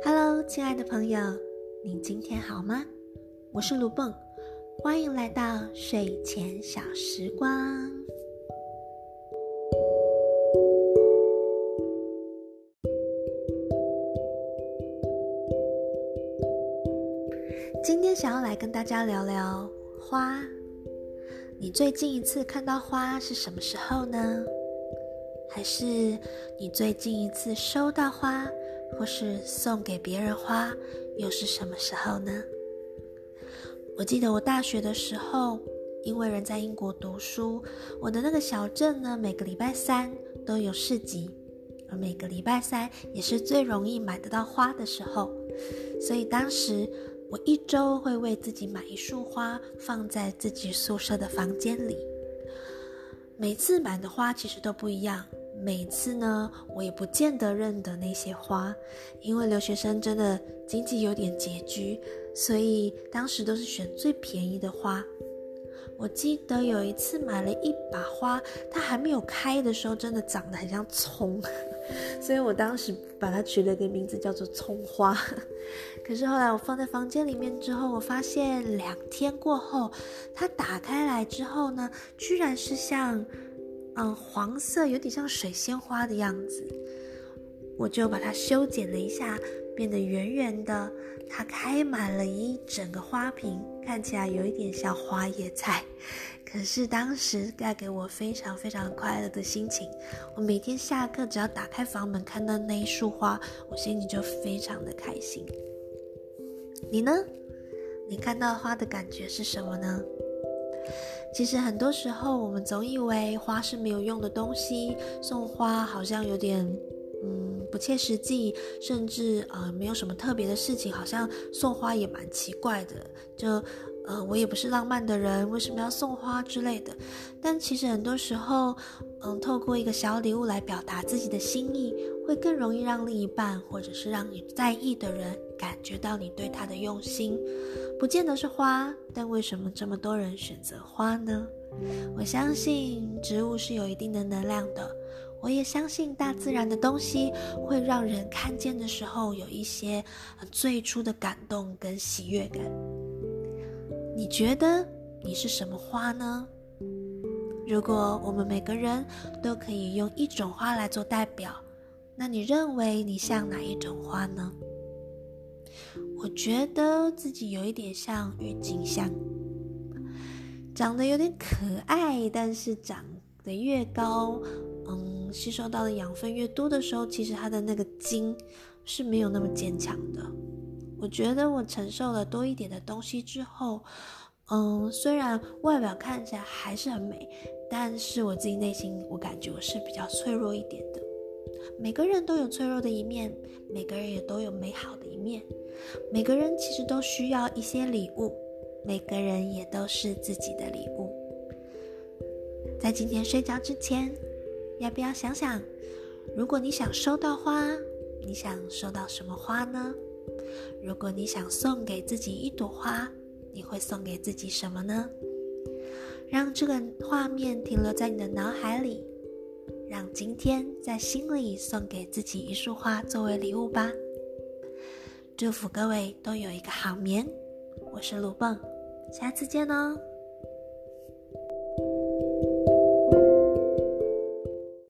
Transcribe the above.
Hello， 亲爱的朋友，你今天好吗？我是卢蹦，欢迎来到睡前小时光。今天想要来跟大家聊聊花。你最近一次看到花是什么时候呢？还是你最近一次收到花或是送给别人花又是什么时候呢？我记得我大学的时候，因为人在英国读书，我的那个小镇呢，每个礼拜三都有市集，而每个礼拜三也是最容易买得到花的时候，所以当时我一周会为自己买一束花，放在自己宿舍的房间里。每次买的花其实都不一样，每次呢，我也不见得认得那些花，因为留学生真的经济有点拮据，所以当时都是选最便宜的花。我记得有一次买了一把花，它还没有开的时候真的长得很像葱，所以我当时把它取了一个名字叫做葱花。可是后来我放在房间里面之后，我发现2天过后，它打开来之后呢，居然是像黄色，有点像水仙花的样子。我就把它修剪了一下，变得圆圆的，它开满了一整个花瓶，看起来有一点像花椰菜。可是当时带给我非常非常快乐的心情，我每天下课只要打开房门看到那一束花，我心里就非常的开心。你呢？你看到花的感觉是什么呢？其实很多时候我们总以为花是没有用的东西，送花好像有点不切实际，甚至没有什么特别的事情，好像送花也蛮奇怪的，就我也不是浪漫的人，为什么要送花之类的。但其实很多时候透过一个小礼物来表达自己的心意，会更容易让另一半或者是让你在意的人感觉到你对他的用心。不见得是花，但为什么这么多人选择花呢？我相信植物是有一定的能量的，我也相信大自然的东西会让人看见的时候有一些最初的感动跟喜悦感。你觉得你是什么花呢？如果我们每个人都可以用一种花来做代表，那你认为你像哪一种花呢？我觉得自己有一点像郁金香，长得有点可爱，但是长得越高吸收到的养分越多的时候，其实它的那个茎是没有那么坚强的。我觉得我承受了多一点的东西之后，虽然外表看起来还是很美，但是我自己内心我感觉我是比较脆弱一点的。每个人都有脆弱的一面，每个人也都有美好的一面，每个人其实都需要一些礼物，每个人也都是自己的礼物。在今天睡觉之前，要不要想想，如果你想收到花，你想收到什么花呢？如果你想送给自己一朵花，你会送给自己什么呢？让这个画面停留在你的脑海里，让今天在心里送给自己一束花作为礼物吧。祝福各位都有一个好眠，我是卢蹦，下次见哦。